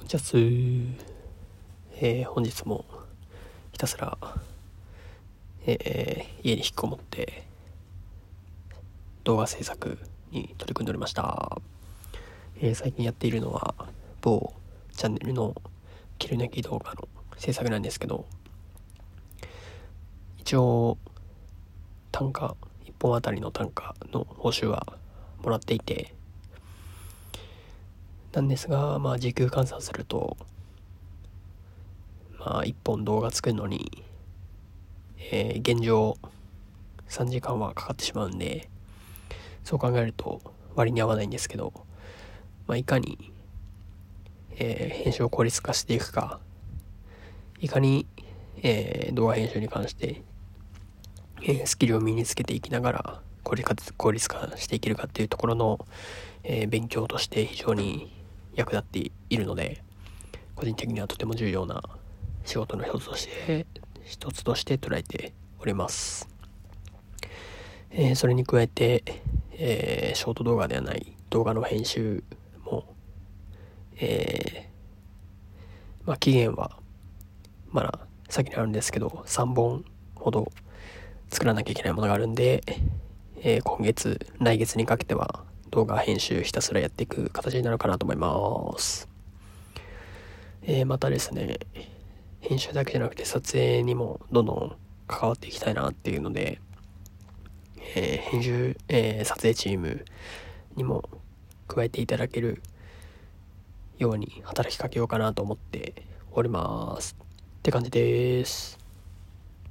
じゃす、本日もひたすら、家に引きこもって動画制作に取り組んでおりました。最近やっているのは某チャンネルの切り抜き動画の制作なんですけど、一応単価1本あたりの単価の報酬はもらっていてなんですが、時給換算すると1本動画作るのに、現状3時間はかかってしまうんで、そう考えると割に合わないんですけど、いかに、編集を効率化していくか、いかに、動画編集に関して、スキルを身につけていきながら効率化していけるかっていうところの、勉強として非常に役立っているので、個人的にはとても重要な仕事の一つとして捉えております。それに加えて、ショート動画ではない動画の編集も、期限はまだ先にあるんですけど、3本ほど作らなきゃいけないものがあるんで、来月にかけては動画編集ひたすらやっていく形になるかなと思います。またですね、編集だけじゃなくて撮影にもどんどん関わっていきたいなっていうので、編集、撮影チームにも加えていただけるように働きかけようかなと思っておりますって感じです。